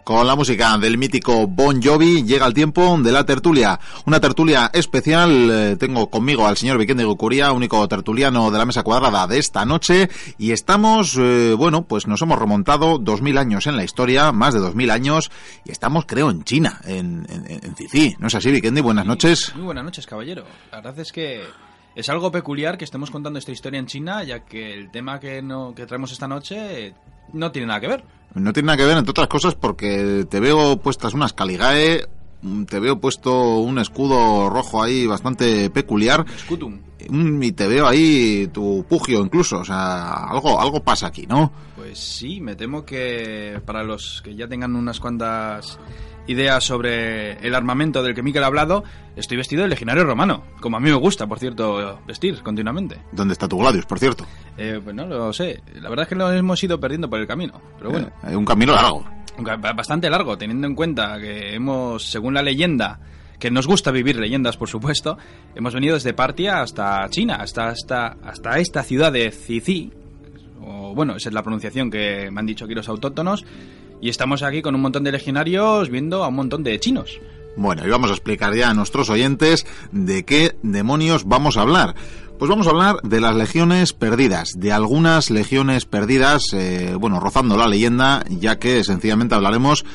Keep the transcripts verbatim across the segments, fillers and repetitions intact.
Con la música del mítico Bon Jovi llega el tiempo de la tertulia. Una tertulia especial. Eh, tengo conmigo al señor Vikendi Gucuria, único tertuliano de la mesa cuadrada de esta noche. Y estamos, eh, bueno, pues nos hemos remontado dos mil años en la historia, más de dos mil años. Y estamos, creo, en China, en, en, en Cicí. ¿No es así, Vikendi? Buenas noches. Muy buenas noches, caballero. La verdad es que es algo peculiar que estemos contando esta historia en China, ya que el tema que, no, que traemos esta noche no tiene nada que ver. No tiene nada que ver, entre otras cosas, porque te veo puestas unas Caligae, te veo puesto un escudo rojo ahí bastante peculiar. Scutum. Y te veo ahí tu pugio incluso, o sea, algo algo pasa aquí, ¿no? Pues sí, me temo que para los que ya tengan unas cuantas ideas sobre el armamento del que Miquel ha hablado, estoy vestido de legionario romano, como a mí me gusta, por cierto, vestir continuamente. ¿Dónde está tu Gladius, por cierto? Eh, pues no lo sé, la verdad es que lo hemos ido perdiendo por el camino, pero bueno. Eh, un camino largo. Bastante largo, teniendo en cuenta que hemos, según la leyenda, que nos gusta vivir leyendas, por supuesto, hemos venido desde Partia hasta China, hasta, hasta, hasta esta ciudad de Cicí, o bueno, esa es la pronunciación que me han dicho aquí los autóctonos, y estamos aquí con un montón de legionarios viendo a un montón de chinos. Bueno, y vamos a explicar ya a nuestros oyentes de qué demonios vamos a hablar. Pues vamos a hablar de las legiones perdidas, de algunas legiones perdidas, eh, bueno, rozando la leyenda, ya que sencillamente hablaremos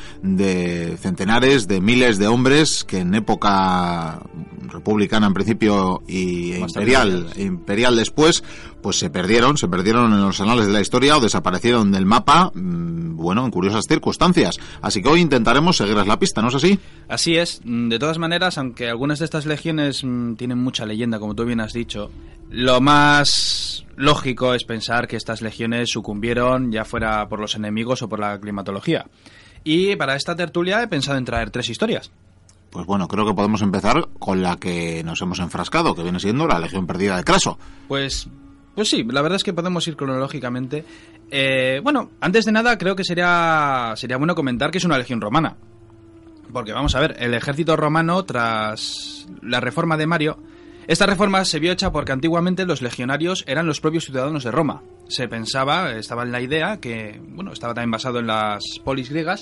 de centenares, de miles de hombres que en época republicana en principio y imperial, imperial después, pues se perdieron, se perdieron en los anales de la historia o desaparecieron del mapa, bueno, en curiosas circunstancias. Así que hoy intentaremos seguirles la pista, ¿no es así? Así es. De todas maneras, aunque algunas de estas legiones mmm, tienen mucha leyenda, como tú bien has dicho, lo más lógico es pensar que estas legiones sucumbieron, ya fuera por los enemigos o por la climatología. Y para esta tertulia he pensado en traer tres historias. Pues bueno, creo que podemos empezar con la que nos hemos enfrascado, que viene siendo la legión perdida de Craso. Pues... Pues sí, la verdad es que podemos ir cronológicamente. Eh, bueno, antes de nada creo que sería sería bueno comentar que es una legión romana. Porque vamos a ver, el ejército romano tras la reforma de Mario, esta reforma se vio hecha porque antiguamente los legionarios eran los propios ciudadanos de Roma. Se pensaba, estaba en la idea que, bueno, estaba también basado en las polis griegas,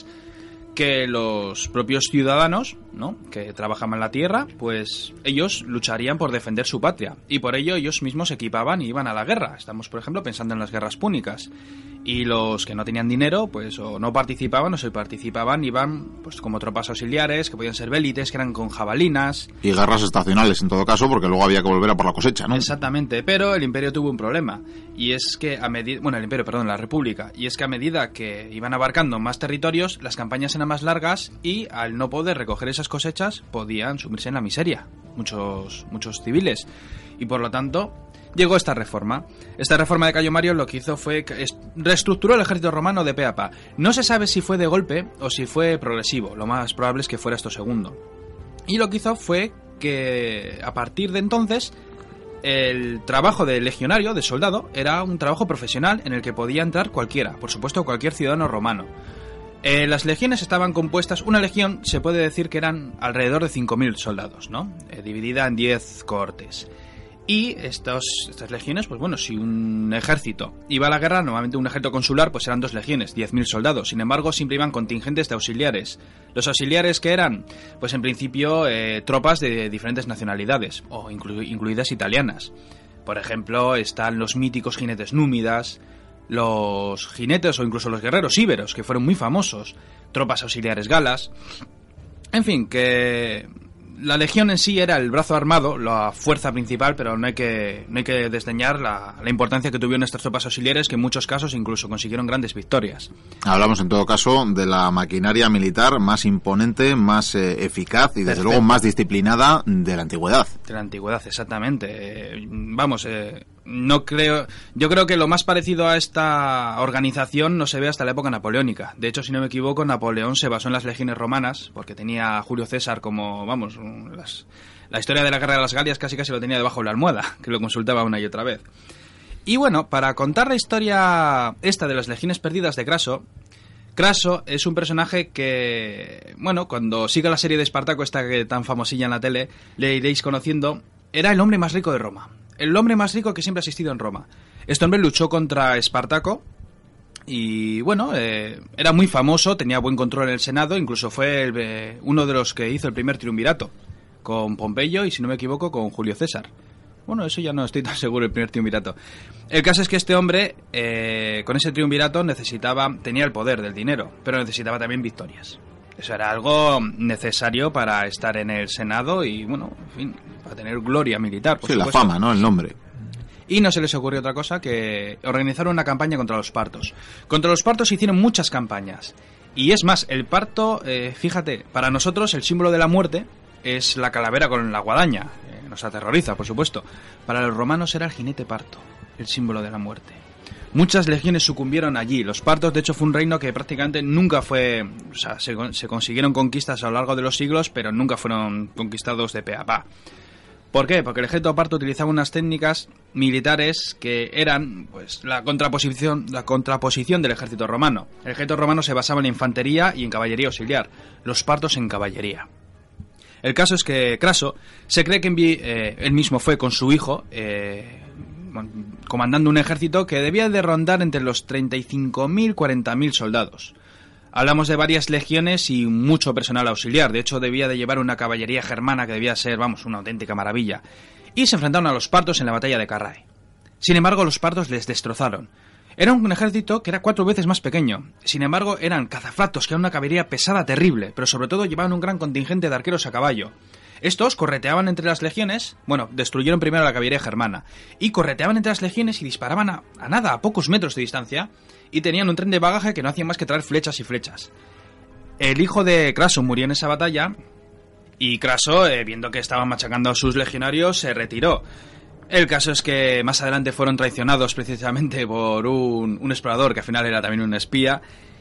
que los propios ciudadanos, ¿no?, que trabajaban la tierra, pues ellos lucharían por defender su patria y por ello ellos mismos se equipaban y iban a la guerra. Estamos, por ejemplo, pensando en las guerras púnicas. Y los que no tenían dinero, pues o no participaban o si participaban iban pues como tropas auxiliares, que podían ser vélites, que eran con jabalinas. Y guerras estacionales en todo caso, porque luego había que volver a por la cosecha, ¿no? Exactamente, pero el imperio tuvo un problema. Y es que a medida... Bueno, el imperio, perdón, la república. Y es que a medida que iban abarcando más territorios, las campañas eran más largas y al no poder recoger esas cosechas, podían sumirse en la miseria. Muchos, muchos civiles. Y por lo tanto... llegó esta reforma. Esta reforma de Cayo Mario lo que hizo fue que reestructuró el ejército romano de pe a pa. No se sabe si fue de golpe o si fue progresivo. Lo más probable es que fuera esto segundo. Y lo que hizo fue que a partir de entonces el trabajo de legionario, de soldado, era un trabajo profesional en el que podía entrar cualquiera. Por supuesto, cualquier ciudadano romano. Eh, las legiones estaban compuestas... Una legión se puede decir que eran alrededor de cinco mil soldados, ¿no? Eh, dividida en diez cohortes. Y estos, estas legiones, pues bueno, si un ejército iba a la guerra, normalmente un ejército consular, pues eran dos legiones, diez mil soldados. Sin embargo, siempre iban contingentes de auxiliares. ¿Los auxiliares qué eran? Pues en principio eh, tropas de diferentes nacionalidades, o inclu- incluidas italianas. Por ejemplo, están los míticos jinetes númidas, los jinetes o incluso los guerreros íberos, que fueron muy famosos, tropas auxiliares galas. En fin, que... la legión en sí era el brazo armado, la fuerza principal, pero no hay que, no hay que desdeñar la, la importancia que tuvieron estas tropas auxiliares, que en muchos casos incluso consiguieron grandes victorias. Hablamos en todo caso de la maquinaria militar más imponente, más eh, eficaz y desde Perfecto. luego más disciplinada de la antigüedad. De la antigüedad, exactamente. Eh, vamos, eh, no creo, yo creo que lo más parecido a esta organización no se ve hasta la época napoleónica. De hecho, si no me equivoco, Napoleón se basó en las legiones romanas, porque tenía a Julio César como, vamos... Las, la historia de la guerra de las Galias casi casi lo tenía debajo de la almohada, que lo consultaba una y otra vez. Y bueno, para contar la historia esta de las legiones perdidas de Craso, Craso es un personaje que, bueno, cuando siga la serie de Espartaco, esta que tan famosilla en la tele, le iréis conociendo, era el hombre más rico de Roma. El hombre más rico que siempre ha existido en Roma. Este hombre luchó contra Espartaco Y bueno, eh, era muy famoso, tenía buen control en el Senado, incluso fue el, eh, uno de los que hizo el primer triunvirato, con Pompeyo y, si no me equivoco, con Julio César. Bueno, eso ya no estoy tan seguro, el primer triunvirato. El caso es que este hombre, eh, con ese triunvirato, necesitaba, tenía el poder del dinero, pero necesitaba también victorias. Eso era algo necesario para estar en el Senado y, bueno, en fin, para tener gloria militar, por sí, supuesto. La fama, ¿no? El nombre. Y no se les ocurrió otra cosa que organizar una campaña contra los partos. Contra los partos se hicieron muchas campañas. Y es más, el parto, eh, fíjate, para nosotros el símbolo de la muerte es la calavera con la guadaña. Eh, nos aterroriza, por supuesto. Para los romanos era el jinete parto, el símbolo de la muerte. Muchas legiones sucumbieron allí. Los partos, de hecho, fue un reino que prácticamente nunca fue... O sea, se, se consiguieron conquistas a lo largo de los siglos, pero nunca fueron conquistados de pe a pa. ¿Por qué? Porque el ejército parto utilizaba unas técnicas militares que eran, pues, la contraposición, la contraposición del ejército romano. El ejército romano se basaba en la infantería y en caballería auxiliar, los partos en caballería. El caso es que Craso se cree que envi- eh, él mismo fue con su hijo, eh, comandando un ejército que debía de rondar entre los treinta y cinco mil y cuarenta mil soldados. Hablamos de varias legiones y mucho personal auxiliar. De hecho, debía de llevar una caballería germana que debía ser, vamos, una auténtica maravilla. Y se enfrentaron a los partos en la batalla de Carrae. Sin embargo, los partos les destrozaron. Era un ejército que era cuatro veces más pequeño. Sin embargo, eran cazafractos, que era una caballería pesada terrible, pero sobre todo llevaban un gran contingente de arqueros a caballo. Estos correteaban entre las legiones, bueno, destruyeron primero la caballería germana, y correteaban entre las legiones y disparaban a, a nada, a pocos metros de distancia, y tenían un tren de bagaje que no hacía más que traer flechas y flechas. El hijo de Craso murió en esa batalla, y Craso, eh, viendo que estaban machacando a sus legionarios, se retiró. El caso es que más adelante fueron traicionados precisamente por un, un explorador, que al final era también un espía.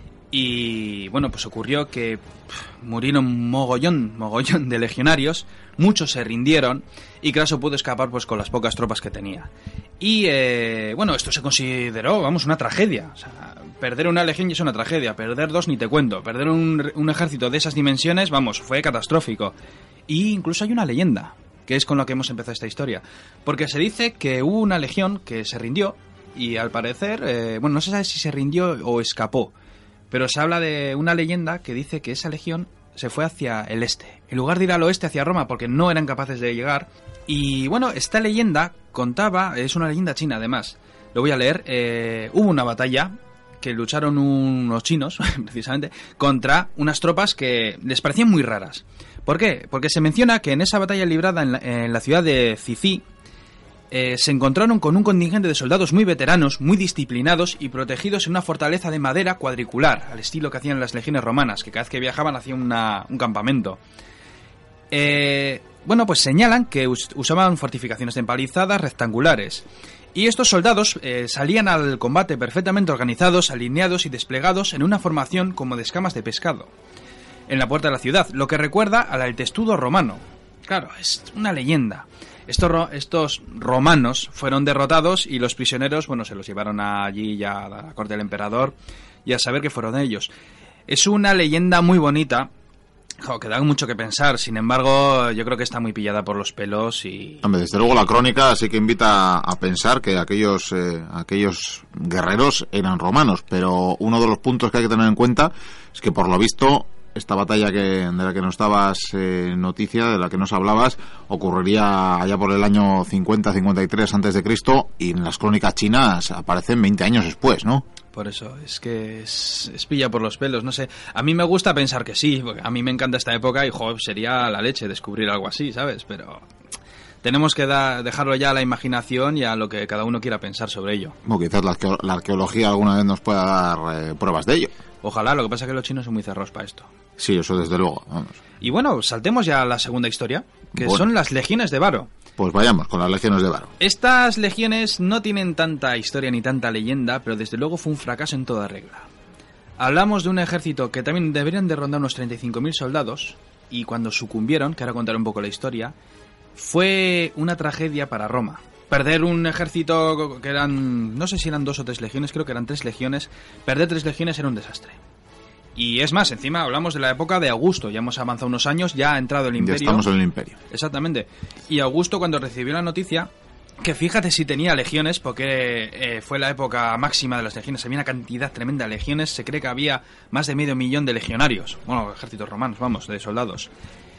Y bueno, pues ocurrió que pff, murieron mogollón, mogollón de legionarios, muchos se rindieron y Craso pudo escapar pues con las pocas tropas que tenía. Y eh, bueno, esto se consideró, vamos, una tragedia. O sea, perder una legión ya es una tragedia, perder dos ni te cuento, perder un, un ejército de esas dimensiones, vamos, fue catastrófico. Y incluso hay una leyenda, que es con lo que hemos empezado esta historia, porque se dice que hubo una legión que se rindió y al parecer, eh, bueno, no se sabe si se rindió o escapó. Pero se habla de una leyenda que dice que esa legión se fue hacia el este, en lugar de ir al oeste hacia Roma, porque no eran capaces de llegar. Y bueno, esta leyenda contaba, es una leyenda china además, lo voy a leer, eh, hubo una batalla que lucharon unos chinos, precisamente, contra unas tropas que les parecían muy raras. ¿Por qué? Porque se menciona que en esa batalla librada en la, en la ciudad de Cicí, Eh, se encontraron con un contingente de soldados muy veteranos, muy disciplinados y protegidos en una fortaleza de madera cuadricular, al estilo que hacían las legiones romanas, que cada vez que viajaban hacían una, un campamento. Eh, bueno, pues señalan que us- usaban fortificaciones empalizadas rectangulares. Y estos soldados eh, salían al combate perfectamente organizados, alineados y desplegados en una formación como de escamas de pescado, en la puerta de la ciudad, lo que recuerda a la del testudo romano. Claro, es una leyenda. Estos, estos romanos fueron derrotados y los prisioneros, bueno, se los llevaron allí ya a la corte del emperador y a saber que fueron ellos. Es una leyenda muy bonita, jo, que da mucho que pensar. Sin embargo, yo creo que está muy pillada por los pelos y... Hombre, desde luego la crónica sí que invita a pensar que aquellos, eh, aquellos guerreros eran romanos, pero uno de los puntos que hay que tener en cuenta es que por lo visto... Esta batalla que, de la que nos dabas eh, noticia, de la que nos hablabas, ocurriría allá por el año cincuenta cincuenta y tres antes de Cristo y en las crónicas chinas aparecen veinte años después, ¿no? Por eso, es que es, es pilla por los pelos, no sé. A mí me gusta pensar que sí, porque a mí me encanta esta época y, joder, sería la leche descubrir algo así, ¿sabes? Pero tenemos que da, dejarlo ya a la imaginación y a lo que cada uno quiera pensar sobre ello. Bueno, quizás la, arqueo- la arqueología alguna vez nos pueda dar eh, pruebas de ello. Ojalá, lo que pasa es que los chinos son muy cerrados para esto. Sí, eso desde luego, vamos. Y bueno, saltemos ya a la segunda historia, que Bueno. son las legiones de Varo. Pues vayamos con las legiones de Varo. Estas legiones no tienen tanta historia ni tanta leyenda, pero desde luego fue un fracaso en toda regla. Hablamos de un ejército que también deberían de rondar unos treinta y cinco mil soldados, y cuando sucumbieron, que ahora contaré un poco la historia, fue una tragedia para Roma. Perder un ejército que eran, no sé si eran dos o tres legiones, creo que eran tres legiones, perder tres legiones era un desastre. Y es más, encima hablamos de la época de Augusto, ya hemos avanzado unos años, ya ha entrado el Ya imperio. estamos en el imperio. Exactamente. Y Augusto, cuando recibió la noticia, que fíjate si tenía legiones, porque eh, fue la época máxima de las legiones, había una cantidad tremenda de legiones, se cree que había más de medio millón de legionarios, bueno, ejércitos romanos, vamos, de soldados.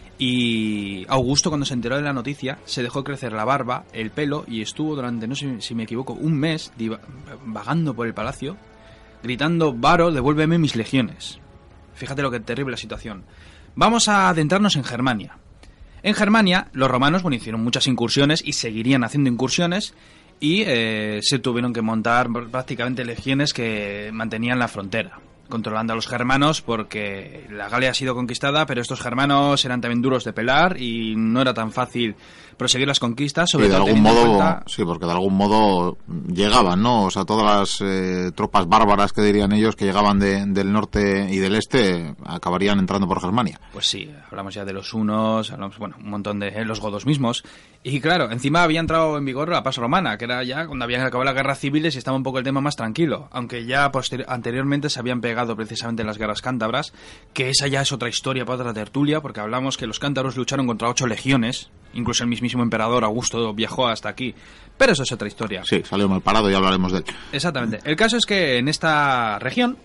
Y Augusto, cuando se enteró de la noticia, se dejó crecer la barba, el pelo, y estuvo durante, no sé si me equivoco, un mes diva- vagando por el palacio, gritando: Varo, devuélveme mis legiones. Fíjate lo que terrible la situación. Vamos a adentrarnos en Germania. En Germania, los romanos, bueno, hicieron muchas incursiones y seguirían haciendo incursiones, y eh, se tuvieron que montar prácticamente legiones que mantenían la frontera, controlando a los germanos, porque la Galia ha sido conquistada, pero estos germanos eran también duros de pelar y no era tan fácil proseguir las conquistas, sobre sí, de todo algún modo, cuenta... sí, porque de algún modo llegaban, ¿no? O sea, todas las eh, tropas bárbaras que dirían ellos que llegaban de, del norte y del este acabarían entrando por Germania. Pues sí, hablamos ya de los hunos, hablamos, bueno, un montón de eh, los godos mismos, y claro, encima había entrado en vigor la paz romana, que era ya cuando habían acabado las guerras civiles y estaba un poco el tema más tranquilo, aunque ya posterior, anteriormente se habían pegado precisamente en las guerras cántabras, que esa ya es otra historia para otra tertulia, porque hablamos que los cántabros lucharon contra ocho legiones, incluso el mismísimo emperador Augusto viajó hasta aquí, pero eso es otra historia. Sí, salió mal parado y hablaremos de él. Exactamente. El caso es que en esta región,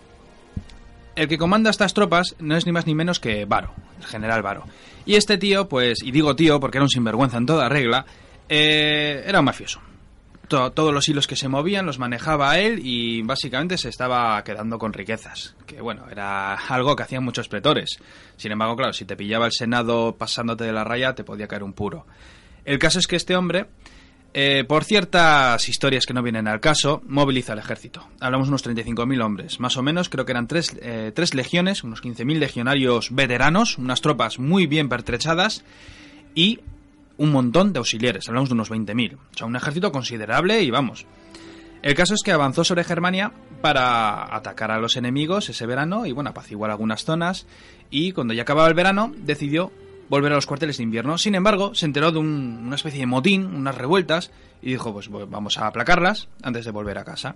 el que comanda estas tropas no es ni más ni menos que Varo, el general Varo. Y este tío, pues, y digo tío porque era un sinvergüenza en toda regla, eh, era un mafioso. Todo, todos los hilos que se movían los manejaba él y básicamente se estaba quedando con riquezas, que bueno, era algo que hacían muchos pretores. Sin embargo, claro, si te pillaba el Senado pasándote de la raya, te podía caer un puro. El caso es que este hombre, eh, por ciertas historias que no vienen al caso, moviliza el ejército. Hablamos de unos treinta y cinco mil hombres, más o menos, creo que eran tres, eh, tres legiones, unos quince mil legionarios veteranos, unas tropas muy bien pertrechadas y un montón de auxiliares, hablamos de unos veinte mil. O sea, un ejército considerable y vamos. El caso es que avanzó sobre Germania para atacar a los enemigos ese verano y, bueno, apaciguar algunas zonas. Y cuando ya acababa el verano, decidió volver a los cuarteles de invierno. Sin embargo, se enteró de un, una especie de motín, unas revueltas, y dijo, pues vamos a aplacarlas antes de volver a casa.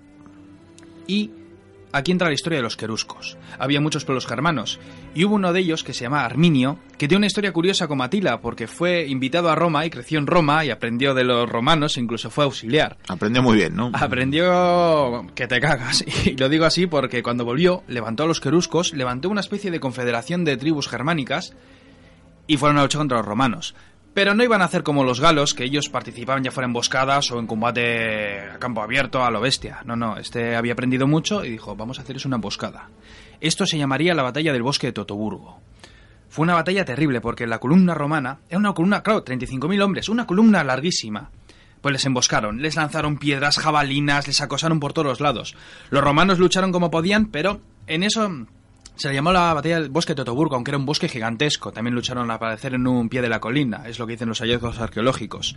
Y aquí entra la historia de los queruscos. Había muchos pueblos germanos, y hubo uno de ellos que se llama Arminio, que tiene una historia curiosa como Atila, porque fue invitado a Roma y creció en Roma y aprendió de los romanos, e incluso fue auxiliar. Aprendió muy bien, ¿no? Aprendió que te cagas, y lo digo así porque cuando volvió, levantó a los queruscos, levantó una especie de confederación de tribus germánicas, y fueron a luchar contra los romanos. Pero no iban a hacer como los galos, que ellos participaban ya fuera en emboscadas o en combate a campo abierto a lo bestia. No, no, este había aprendido mucho y dijo, vamos a hacer eso una emboscada. Esto se llamaría la batalla del bosque de Totoburgo. Fue una batalla terrible porque la columna romana era una columna, claro, treinta y cinco mil hombres, una columna larguísima. Pues les emboscaron, les lanzaron piedras, jabalinas, les acosaron por todos los lados. Los romanos lucharon como podían, pero en eso se le llamó la batalla del bosque de Totoburgo, aunque era un bosque gigantesco. También lucharon a aparecer en un pie de la colina, es lo que dicen los hallazgos arqueológicos.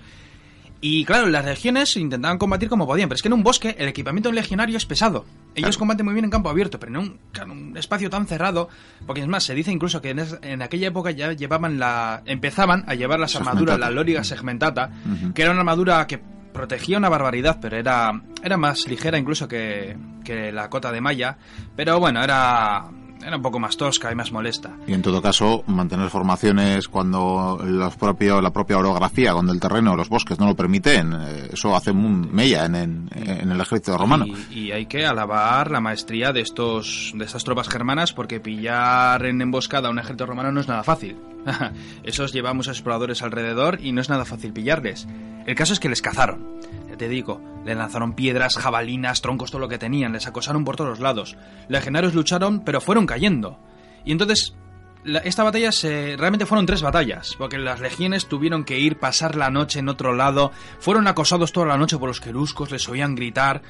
Y claro, las legiones intentaban combatir como podían, pero es que en un bosque el equipamiento de un legionario es pesado. Ellos claro. combaten muy bien en campo abierto, pero en un, en un espacio tan cerrado, porque es más, se dice incluso que en, es, en aquella época ya llevaban la, empezaban a llevar las armaduras, la loriga segmentata, uh-huh. que era una armadura que protegía una barbaridad, pero era, era más ligera incluso que, que la cota de malla, pero bueno, era... era un poco más tosca y más molesta. Y en todo caso, mantener formaciones cuando los propio, la propia orografía, cuando el terreno, los bosques no lo permiten, eso hace un mella en, en, en el ejército romano. Y, y hay que alabar la maestría de estos de estas tropas germanas, porque pillar en emboscada a un ejército romano no es nada fácil. Esos llevan muchos exploradores alrededor y no es nada fácil pillarles. El caso es que les cazaron. Te digo, le lanzaron piedras, jabalinas, troncos, todo lo que tenían, les acosaron por todos los lados. Legionarios lucharon, pero fueron cayendo. Y entonces, la, esta batalla se, realmente fueron tres batallas, porque las legiones tuvieron que ir, pasar la noche en otro lado, fueron acosados toda la noche por los queruscos, les oían gritar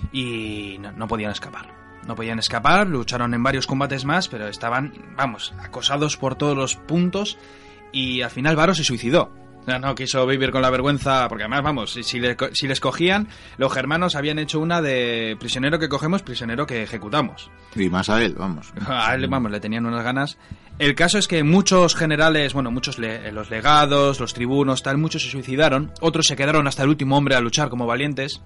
y no, no podían escapar. No podían escapar, lucharon en varios combates más, pero estaban, vamos, acosados por todos los puntos y al final Varo se suicidó. No, no quiso vivir con la vergüenza, porque además, vamos, si, si, le, si les cogían, los germanos habían hecho una de prisionero que cogemos, prisionero que ejecutamos. Y más a él, vamos. A él, vamos, le tenían unas ganas. El caso es que muchos generales, bueno, muchos le, los legados, los tribunos, tal, muchos se suicidaron, otros se quedaron hasta el último hombre a luchar como valientes.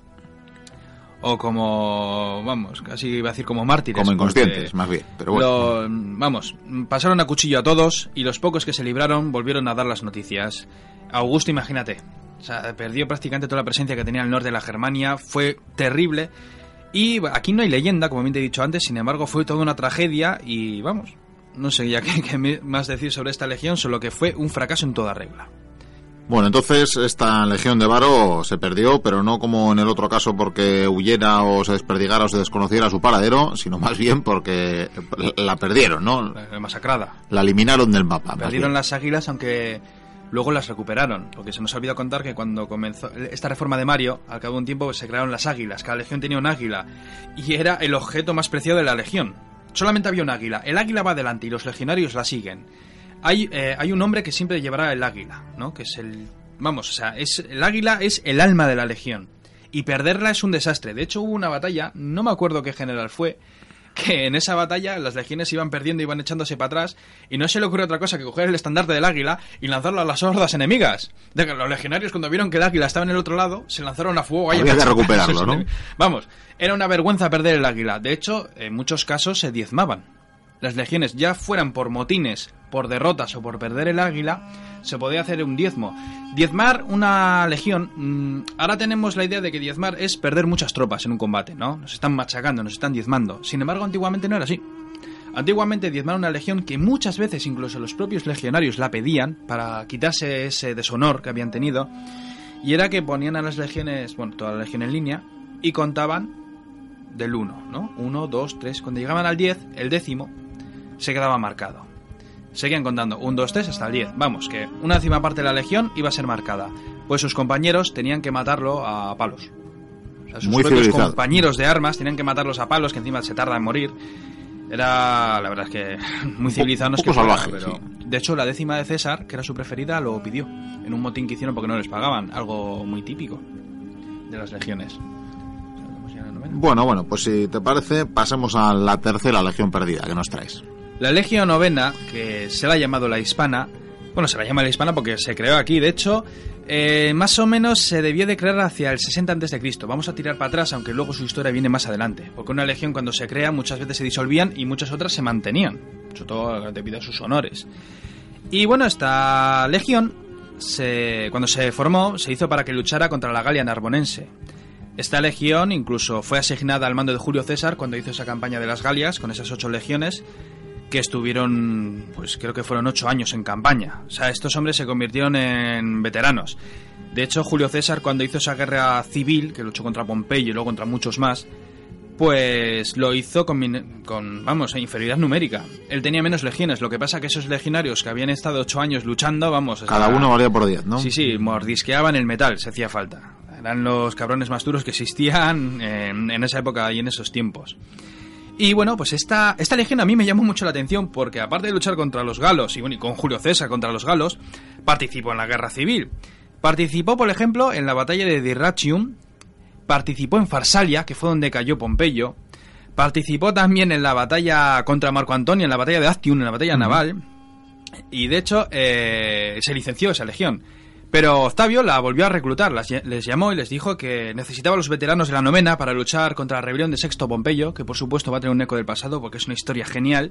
O como, vamos, casi iba a decir como mártires. Como inconscientes, más bien, pero bueno. Lo, vamos, pasaron a cuchillo a todos y los pocos que se libraron volvieron a dar las noticias. Augusto, imagínate, O sea, perdió prácticamente toda la presencia que tenía en el norte de la Germania, fue terrible. Y aquí no hay leyenda, como bien te he dicho antes, sin embargo fue toda una tragedia y vamos, no sé ya qué, qué más decir sobre esta legión, solo que fue un fracaso en toda regla. Bueno, entonces esta legión de Varo se perdió, pero no como en el otro caso porque huyera o se desperdigara o se desconociera su paradero, sino más bien porque la perdieron, ¿no? La masacrada. La eliminaron del mapa. Perdieron las águilas, aunque luego las recuperaron, porque se nos ha olvidado contar que cuando comenzó esta reforma de Mario, al cabo de un tiempo se crearon las águilas, cada legión tenía un águila, y era el objeto más preciado de la legión. Solamente había un águila, el águila va adelante y los legionarios la siguen. Hay, eh, hay un hombre que siempre llevará el águila, ¿no? Que es el... Vamos, o sea, es, el águila es el alma de la legión. Y perderla es un desastre. De hecho, hubo una batalla, no me acuerdo qué general fue, que en esa batalla las legiones iban perdiendo, iban echándose para atrás, y no se le ocurrió otra cosa que coger el estandarte del águila y lanzarlo a las hordas enemigas. De que los legionarios, cuando vieron que el águila estaba en el otro lado, se lanzaron a fuego. Había que recuperarlo, ¿no? Vamos, era una vergüenza perder el águila. De hecho, en muchos casos se diezmaban. Las legiones, ya fueran por motines, por derrotas o por perder el águila, se podía hacer un diezmo. Diezmar una legión, mmm, ahora tenemos la idea de que diezmar es perder muchas tropas en un combate, ¿no? Nos están machacando, nos están diezmando. Sin embargo, antiguamente no era así. Antiguamente diezmar una legión que muchas veces incluso los propios legionarios la pedían para quitarse ese deshonor que habían tenido, y era que ponían a las legiones, bueno, toda la legión en línea, y contaban del uno, ¿no? uno, dos, tres. Cuando llegaban al diez, el décimo se quedaba marcado. Seguían contando uno, dos, tres hasta el diez. Vamos, que una décima parte de la legión iba a ser marcada. Pues sus compañeros tenían que matarlo a palos. O sea, sus Muy propios civilizado. compañeros de armas tenían que matarlos a palos, que encima se tarda en morir. Era, la verdad es que muy civilizado, no es que fuera, salvaje, pero... sí. De hecho, la décima de César, que era su preferida, lo pidió en un motín que hicieron porque no les pagaban. Algo muy típico de las legiones. Bueno, bueno, pues si te parece, pasemos a la tercera legión perdida que nos traes. La Legión Novena, que se la ha llamado la Hispana, bueno, se la llama la Hispana porque se creó aquí, de hecho, eh, más o menos se debió de crear hacia el sesenta antes de Cristo. Vamos a tirar para atrás, aunque luego su historia viene más adelante, porque una legión cuando se crea muchas veces se disolvían y muchas otras se mantenían, sobre todo debido a sus honores. Y bueno, esta legión, se, cuando se formó, se hizo para que luchara contra la Galia Narbonense. Esta legión incluso fue asignada al mando de Julio César cuando hizo esa campaña de las Galias, con esas ocho legiones, que estuvieron, pues creo que fueron ocho años en campaña. O sea, estos hombres se convirtieron en veteranos. De hecho, Julio César, cuando hizo esa guerra civil, que luchó contra Pompeyo y luego contra muchos más, pues lo hizo con, con vamos, inferioridad numérica. Él tenía menos legiones, lo que pasa que esos legionarios que habían estado ocho años luchando, vamos... Cada o sea, uno valía por diez, ¿no? Sí, sí, mordisqueaban el metal, se hacía falta. Eran los cabrones más duros que existían en, en esa época y en esos tiempos. Y bueno, pues esta, esta legión a mí me llamó mucho la atención porque aparte de luchar contra los galos y, bueno, y con Julio César contra los galos, participó en la guerra civil. Participó, por ejemplo, en la batalla de Dyrrhachium, participó en Farsalia, que fue donde cayó Pompeyo, participó también en la batalla contra Marco Antonio, en la batalla de Actium, en la batalla naval, y de hecho eh, se licenció esa legión. Pero Octavio la volvió a reclutar, las, les llamó y les dijo que necesitaba a los veteranos de la novena para luchar contra la rebelión de Sexto Pompeyo, que por supuesto va a tener un eco del pasado porque es una historia genial,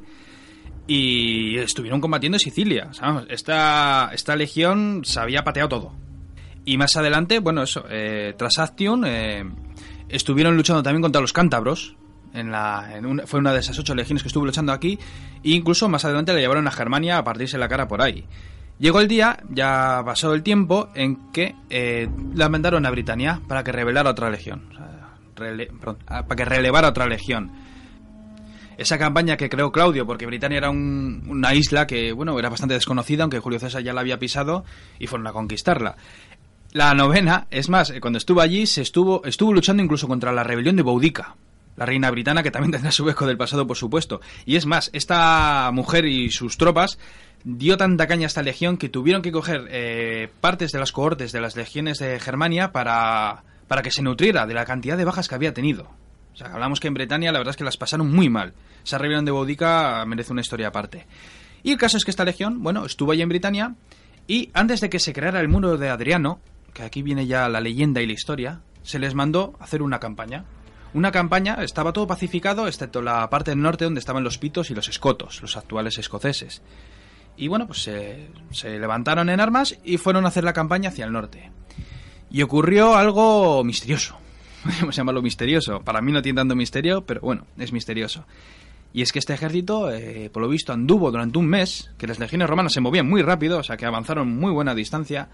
y estuvieron combatiendo en Sicilia. ¿Sabes? Esta, esta legión se había pateado todo. Y más adelante, bueno, eso, eh, tras Actium, eh, estuvieron luchando también contra los cántabros. En la, en una, fue una de esas ocho legiones que estuvo luchando aquí, e incluso más adelante le llevaron a Germania a partirse la cara por ahí. Llegó el día, ya pasó el tiempo, en que eh, la mandaron a Britania para que rebelara otra legión. O sea, rele, perdón, para que relevara otra legión. Esa campaña que creó Claudio, porque Britania era un, una isla que, bueno, era bastante desconocida, aunque Julio César ya la había pisado, y fueron a conquistarla. La novena, es más, cuando estuvo allí, se estuvo, estuvo luchando incluso contra la rebelión de Boudica, la reina britana, que también tendrá su eco del pasado, por supuesto. Y es más, esta mujer y sus tropas dio tanta caña a esta legión que tuvieron que coger eh, partes de las cohortes de las legiones de Germania para, para que se nutriera de la cantidad de bajas que había tenido. O sea, hablamos que en Bretaña la verdad es que las pasaron muy mal. Esa rebelión de Boudica merece una historia aparte. Y el caso es que esta legión, bueno, estuvo allí en Britania, y antes de que se creara el muro de Adriano, que aquí viene ya la leyenda y la historia, se les mandó hacer una campaña. Una campaña, estaba todo pacificado, excepto la parte del norte donde estaban los pitos y los escotos, los actuales escoceses. Y bueno, pues se, se levantaron en armas y fueron a hacer la campaña hacia el norte. Y ocurrió algo misterioso. Podemos llamarlo misterioso. Para mí no tiene tanto misterio, pero bueno, es misterioso. Y es que este ejército, eh, por lo visto, anduvo durante un mes, que las legiones romanas se movían muy rápido, o sea que avanzaron muy buena distancia,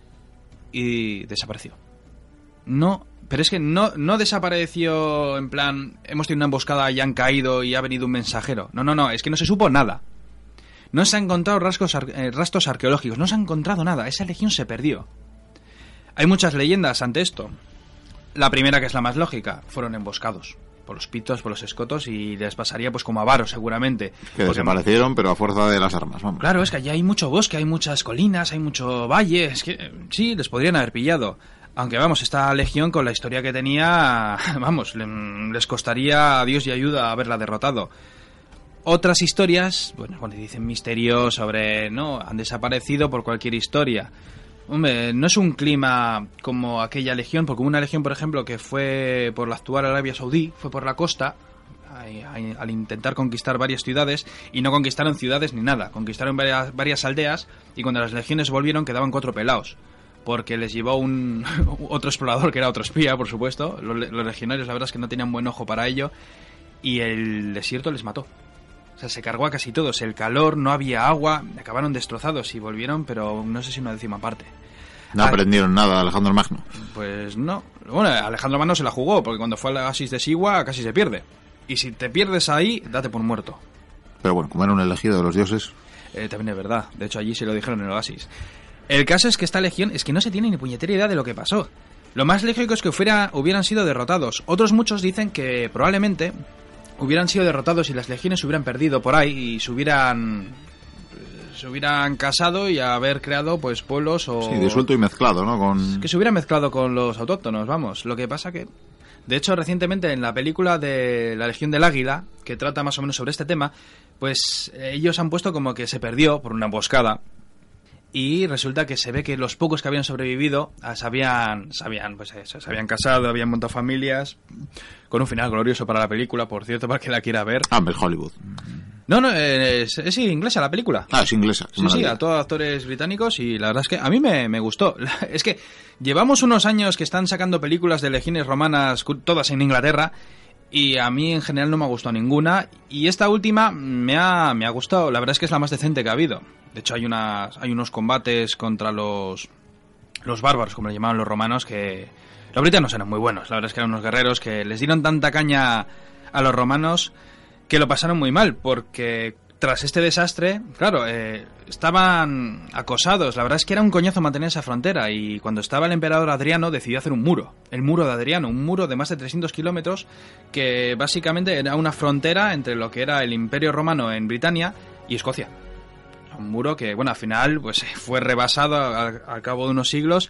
y desapareció. No, pero es que no, no desapareció en plan, hemos tenido una emboscada y han caído y ha venido un mensajero. No, no, no, es que no se supo nada. No se han encontrado rasgos, eh, rastros arqueológicos, no se ha encontrado nada, esa legión se perdió. Hay muchas leyendas ante esto. La primera, que es la más lógica, fueron emboscados por los pitos, por los escotos, y les pasaría pues como a Varo seguramente. Que porque desaparecieron, pero a fuerza de las armas, vamos. Claro, es que allí hay mucho bosque, hay muchas colinas, hay mucho valle, es que sí, les podrían haber pillado. Aunque vamos, esta legión con la historia que tenía, vamos, les costaría a Dios y ayuda haberla derrotado. Otras historias, bueno, cuando dicen misterios sobre, no, han desaparecido por cualquier historia. Hombre, no es un clima como aquella legión, porque hubo una legión, por ejemplo, que fue por la actual Arabia Saudí, fue por la costa, al intentar conquistar varias ciudades, y no conquistaron ciudades ni nada, conquistaron varias, varias aldeas, y cuando las legiones volvieron quedaban cuatro pelados, porque les llevó un otro explorador, que era otro espía, por supuesto. Los, los legionarios, la verdad es que no tenían buen ojo para ello, y el desierto les mató. O sea, se cargó a casi todos. El calor, no había agua, acabaron destrozados y volvieron, pero no sé si una décima parte. No aprendieron nada de Alejandro el Magno. Pues no. Bueno, Alejandro el Magno se la jugó, porque cuando fue al oasis de Sigua casi se pierde. Y si te pierdes ahí, date por muerto. Pero bueno, como era un elegido de los dioses... Eh, también es verdad. De hecho, allí se lo dijeron en el oasis. El caso es que esta legión es que no se tiene ni puñetera idea de lo que pasó. Lo más lógico es que fuera, hubieran sido derrotados. Otros muchos dicen que probablemente hubieran sido derrotados y las legiones se hubieran perdido por ahí y se hubieran se hubieran casado y haber creado pues pueblos o... Sí, disuelto y mezclado, ¿no? Con... Que se hubieran mezclado con los autóctonos, vamos. Lo que pasa que... De hecho, recientemente en la película de La Legión del Águila, que trata más o menos sobre este tema, pues ellos han puesto como que se perdió por una emboscada. Y resulta que se ve que los pocos que habían sobrevivido se habían, se habían, pues eso, se habían casado, habían montado familias, con un final glorioso para la película, por cierto, para que la quiera ver. Ah, en Hollywood. No, no, es, es inglesa la película. Ah, es inglesa. Sí, sí, a todos actores británicos, y la verdad es que a mí me, me gustó. Es que llevamos unos años que están sacando películas de legiones romanas, todas en Inglaterra, y a mí en general no me ha gustado ninguna, y esta última me ha, me ha gustado. La verdad es que es la más decente que ha habido. De hecho, hay unas hay unos combates contra los los bárbaros, como le llamaban los romanos, que los britanos eran muy buenos. La verdad es que eran unos guerreros que les dieron tanta caña a los romanos que lo pasaron muy mal, porque tras este desastre, claro, eh, estaban acosados. La verdad es que era un coñazo mantener esa frontera, y cuando estaba el emperador Adriano decidió hacer un muro, el muro de Adriano, un muro de más de trescientos kilómetros que básicamente era una frontera entre lo que era el Imperio Romano en Britania y Escocia. Un muro que, bueno, al final pues fue rebasado al, al cabo de unos siglos,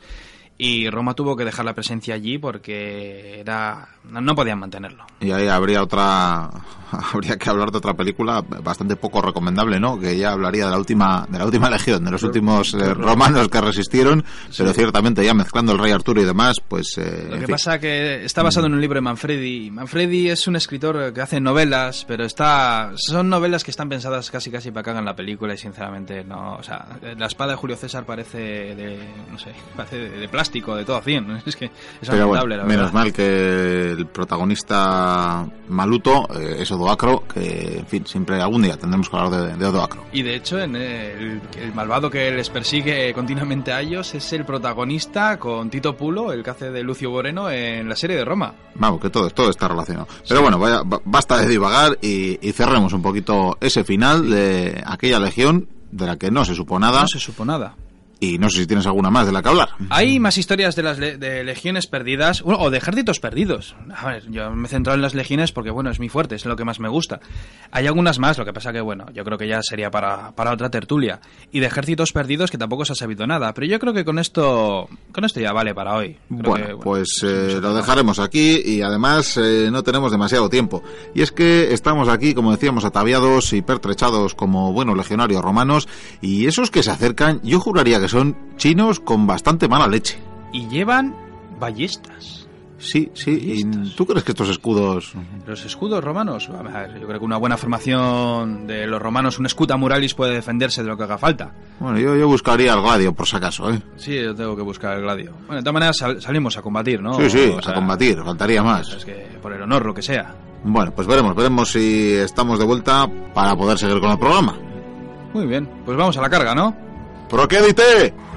y Roma tuvo que dejar la presencia allí porque era no, no podían mantenerlo. Y ahí habría otra habría que hablar de otra película bastante poco recomendable, ¿no? Que ya hablaría de la última de la última legión, de los últimos eh, romanos que resistieron, sí. Pero ciertamente ya mezclando el rey Arturo y demás, pues eh, lo que pasa que está basado en un libro de Manfredi. Manfredi es un escritor que hace novelas, pero está son novelas que están pensadas casi casi para que hagan la película, y sinceramente no, o sea, la espada de Julio César parece de no sé, parece de, de plástico, de todo a cien. Es que es lamentable, bueno, la menos mal que el protagonista maluto eh, es Odoacro, que en fin, siempre algún día tendremos que hablar de, de Odoacro. Y de hecho en el, el malvado que les persigue continuamente a ellos es el protagonista con Tito Pulo, el que hace de Lucio Boreno en la serie de Roma. Vamos, que todo, todo está relacionado. Pero sí. Bueno, vaya, basta de divagar y, y cerremos un poquito ese final de aquella legión de la que no se supo nada. No se supo nada. Y no sé si tienes alguna más de la que hablar. Hay más historias de las le- de legiones perdidas, o de ejércitos perdidos. A ver, yo me he centrado en las legiones porque, bueno, es mi fuerte, es lo que más me gusta. Hay algunas más, lo que pasa que, bueno, yo creo que ya sería para, para otra tertulia. Y de ejércitos perdidos que tampoco se ha sabido nada. Pero yo creo que con esto con esto ya vale para hoy. Creo bueno, que, bueno, pues eh, lo dejaremos aquí, y además eh, no tenemos demasiado tiempo. Y es que estamos aquí, como decíamos, ataviados y pertrechados como buenos legionarios romanos, y esos que se acercan, yo juraría que son chinos con bastante mala leche. Y llevan ballestas. Sí, sí. ¿Y tú crees que estos escudos...? Los escudos romanos, a ver, yo creo que una buena formación de los romanos, un escudo muralis puede defenderse de lo que haga falta. Bueno, yo, yo buscaría el gladio, por si acaso, ¿eh? Sí, yo tengo que buscar el gladio. Bueno, de todas maneras sal, salimos a combatir, ¿no? Sí, sí, o sea, a combatir, faltaría más. Es que por el honor, lo que sea. Bueno, pues veremos, veremos si estamos de vuelta para poder seguir con el programa. Muy bien, pues vamos a la carga, ¿no? ¡Procedite!